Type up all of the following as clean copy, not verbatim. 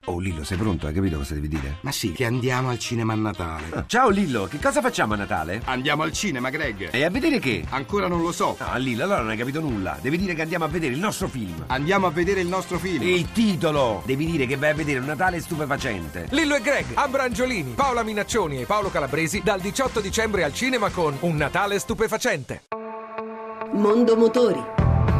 Oh Lillo, sei pronto? Hai capito cosa devi dire? Ma sì, che andiamo al cinema a Natale. Ciao Lillo, che cosa facciamo a Natale? Andiamo al cinema, Greg. E a vedere che? Ancora non lo so. No, Lillo, allora non hai capito nulla. Devi dire che andiamo a vedere il nostro film. Andiamo a vedere il nostro film. Il titolo! Devi dire che vai a vedere un Natale stupefacente. Lillo e Greg, Abrangiolini, Paola Minaccioni e Paolo Calabresi dal 18 dicembre al cinema con Un Natale stupefacente. Mondo Motori.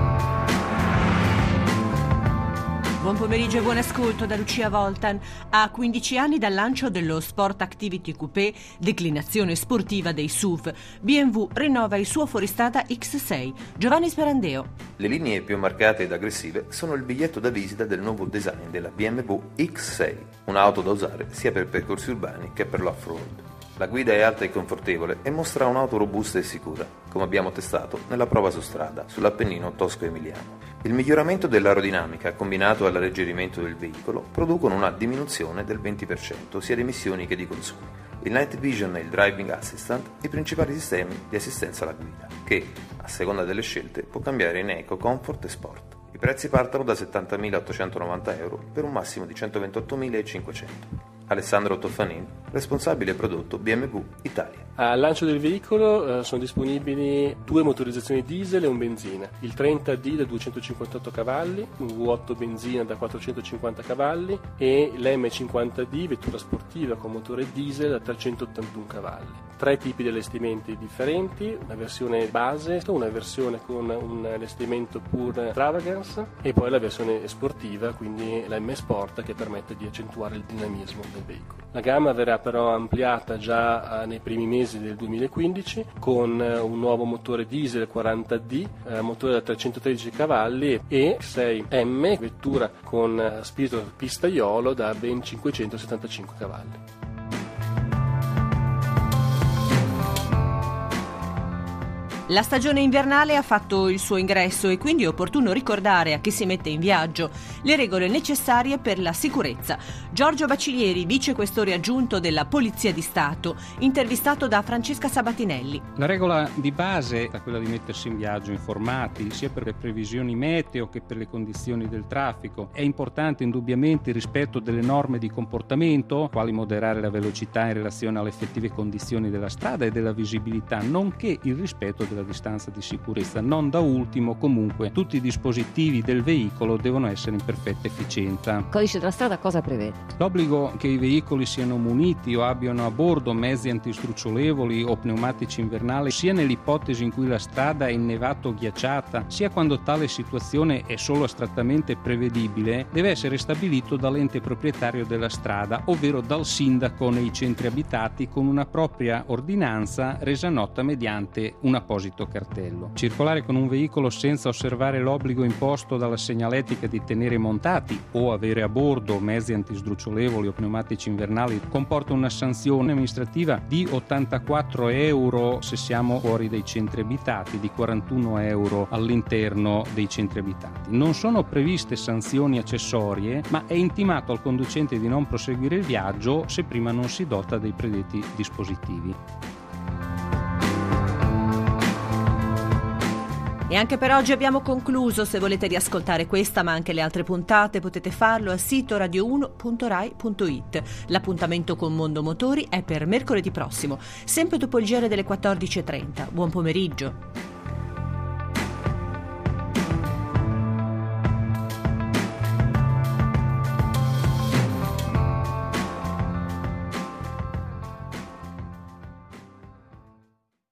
Buon pomeriggio e buon ascolto da Lucia Voltan. A 15 anni dal lancio dello Sport Activity Coupé, declinazione sportiva dei SUV, B&W rinnova il suo fuoristrada X6. Giovanni Sperandeo. Le linee più marcate ed aggressive sono il biglietto da visita del nuovo design della BMW X6, un'auto da usare sia per percorsi urbani che per l'off-road. La guida è alta e confortevole e mostra un'auto robusta e sicura, come abbiamo testato nella prova su strada sull'Appennino tosco-emiliano. Il miglioramento dell'aerodinamica combinato all'alleggerimento del veicolo producono una diminuzione del 20% sia di emissioni che di consumi. Il Night Vision e il Driving Assistant i principali sistemi di assistenza alla guida, che, a seconda delle scelte, può cambiare in Eco, Comfort e Sport. I prezzi partono da 70.890 euro per un massimo di 128.500. Alessandro Toffanin, responsabile prodotto BMW Italia. Al lancio del veicolo sono disponibili due motorizzazioni diesel e un benzina, il 30D da 258 cavalli, un V8 benzina da 450 cavalli e l'M50D, vettura sportiva con motore diesel da 381 cavalli. Tre tipi di allestimenti differenti, una versione base, una versione con un allestimento Pure Extravagance e poi la versione sportiva, quindi la M Sport, che permette di accentuare il dinamismo del veicolo. La gamma verrà però ampliata già nei primi mesi del 2015 con un nuovo motore diesel 40D, motore da 313 cavalli e 6M, vettura con spirito pistaiolo da ben 575 cavalli. La stagione invernale ha fatto il suo ingresso e quindi è opportuno ricordare a chi si mette in viaggio le regole necessarie per la sicurezza. Giorgio Bacilieri, vicequestore aggiunto della Polizia di Stato, intervistato da Francesca Sabatinelli. La regola di base è quella di mettersi in viaggio informati, sia per le previsioni meteo che per le condizioni del traffico. È importante indubbiamente il rispetto delle norme di comportamento, quali moderare la velocità in relazione alle effettive condizioni della strada e della visibilità, nonché il rispetto della distanza di sicurezza. Non da ultimo, comunque, tutti i dispositivi del veicolo devono essere in perfetta efficienza. Il codice della strada cosa prevede? L'obbligo che i veicoli siano muniti o abbiano a bordo mezzi antistrucciolevoli o pneumatici invernali, sia nell'ipotesi in cui la strada è innevata o ghiacciata, sia quando tale situazione è solo astrattamente prevedibile, deve essere stabilito dall'ente proprietario della strada, ovvero dal sindaco nei centri abitati, con una propria ordinanza resa nota mediante un apposito cartello. Circolare con un veicolo senza osservare l'obbligo imposto dalla segnaletica di tenere montati o avere a bordo mezzi antisdrucciolevoli o pneumatici invernali comporta una sanzione amministrativa di 84 euro se siamo fuori dai centri abitati, di 41 euro all'interno dei centri abitati. Non sono previste sanzioni accessorie, ma è intimato al conducente di non proseguire il viaggio se prima non si dota dei predetti dispositivi. E anche per oggi abbiamo concluso. Se volete riascoltare questa ma anche le altre puntate potete farlo al sito radio1.rai.it. L'appuntamento con Mondo Motori è per mercoledì prossimo, sempre dopo il GR delle 14.30. Buon pomeriggio.